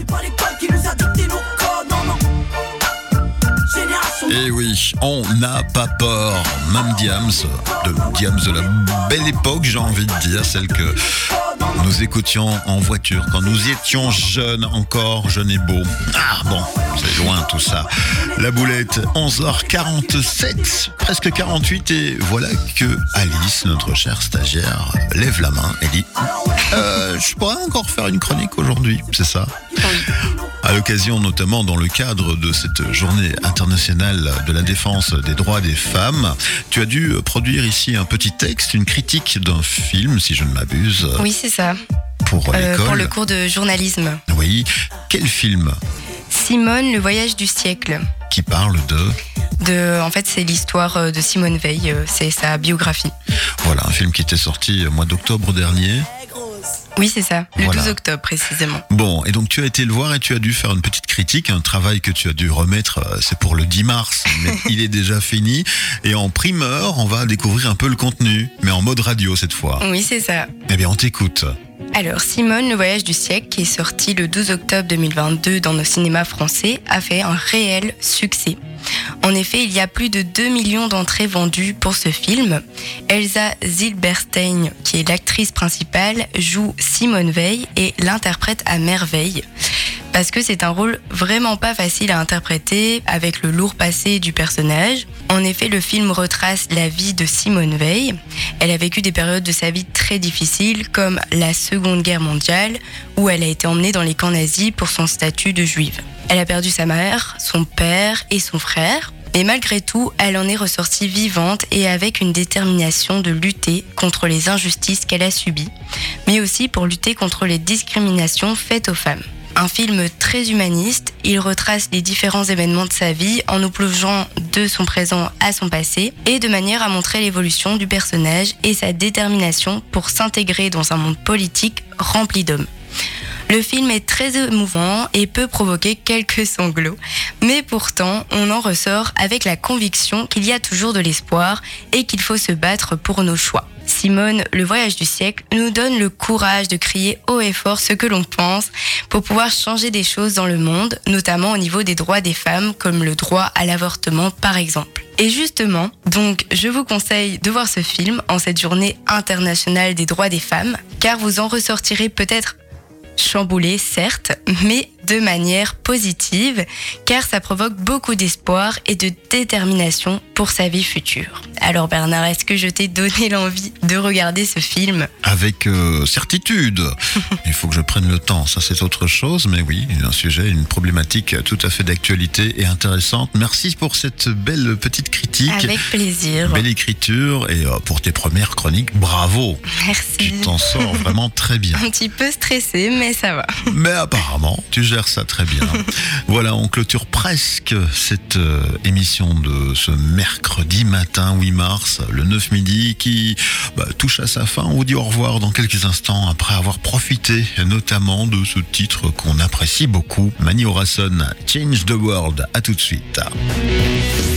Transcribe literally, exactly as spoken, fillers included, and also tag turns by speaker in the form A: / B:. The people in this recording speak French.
A: C'est pas l'école qui nous a dicté nos codes, non, non. Génération.
B: Et oui, on n'a pas peur. Même Diams, de Diams de la belle époque, j'ai envie de dire, celle que nous écoutions en voiture quand nous étions jeunes, encore jeunes et beaux. Ah bon, c'est loin tout ça. La boulette, onze heures quarante-sept, presque quarante-huit, et voilà que Alice, notre chère stagiaire, lève la main et dit euh, je pourrais encore faire une chronique aujourd'hui, c'est ça? À l'occasion, notamment dans le cadre de cette journée internationale de la défense des droits des femmes, tu as dû produire ici un petit texte, une critique d'un film, si je ne m'abuse.
C: Oui, c'est ça.
B: Pour
C: Euh,
B: l'école.
C: pour le cours de journalisme.
B: Oui. Quel film
C: Simone, le voyage du siècle.
B: qui parle de...
C: De, en fait, c'est l'histoire de Simone Veil, euh, c'est sa biographie.
B: Voilà, un film qui était sorti au mois d'octobre dernier.
C: Oui, c'est ça, le
B: Voilà.
C: douze octobre précisément.
B: Bon, et donc tu as été le voir et tu as dû faire une petite critique, un travail que tu as dû remettre, euh, c'est pour le dix mars, mais il est déjà fini. Et en primeur, on va découvrir un peu le contenu, mais en mode radio cette fois.
C: Oui, c'est ça.
B: Eh bien, on t'écoute.
C: Alors, Simone, le voyage du siècle, qui est sorti le douze octobre deux mille vingt-deux dans nos cinémas français, a fait un réel succès. En effet, il y a plus de deux millions d'entrées vendues pour ce film. Elsa Zilberstein, qui est l'actrice principale, joue Simone Veil et l'interprète à merveille. Parce que c'est un rôle vraiment pas facile à interpréter avec le lourd passé du personnage. En effet, le film retrace la vie de Simone Veil. Elle a vécu des périodes de sa vie très difficiles, comme la Seconde Guerre mondiale, où elle a été emmenée dans les camps nazis pour son statut de juive. Elle a perdu sa mère, son père et son frère. Mais malgré tout, elle en est ressortie vivante et avec une détermination de lutter contre les injustices qu'elle a subies, mais aussi pour lutter contre les discriminations faites aux femmes. Un film très humaniste, il retrace les différents événements de sa vie en nous plongeant de son présent à son passé et de manière à montrer l'évolution du personnage et sa détermination pour s'intégrer dans un monde politique rempli d'hommes. Le film est très émouvant et peut provoquer quelques sanglots, mais pourtant on en ressort avec la conviction qu'il y a toujours de l'espoir et qu'il faut se battre pour nos choix. Simone, le voyage du siècle, nous donne le courage de crier haut et fort ce que l'on pense pour pouvoir changer des choses dans le monde, notamment au niveau des droits des femmes, comme le droit à l'avortement par exemple. Et justement, donc, je vous conseille de voir ce film en cette journée internationale des droits des femmes, car vous en ressortirez peut-être chamboulé, certes, mais de manière positive, car ça provoque beaucoup d'espoir et de détermination pour sa vie future. Alors Bernard, est-ce que je t'ai donné l'envie de regarder ce film ?
B: Avec euh, certitude. Il faut que je prenne le temps, ça c'est autre chose, mais oui, un sujet, une problématique tout à fait d'actualité et intéressante. Merci pour cette belle petite critique.
C: Avec plaisir.
B: Belle écriture, et euh, pour tes premières chroniques, bravo.
C: Merci.
B: Tu t'en sors vraiment très bien.
C: Un petit peu stressée, mais ça va.
B: Mais apparemment, tu gères ça très bien. Voilà, on clôture presque cette euh, émission de ce mercredi matin huit mars, le neuf midi, qui bah, touche à sa fin. On vous dit au revoir dans quelques instants après avoir profité notamment de ce titre qu'on apprécie beaucoup. Mani Orasson, Change the World. À tout de suite.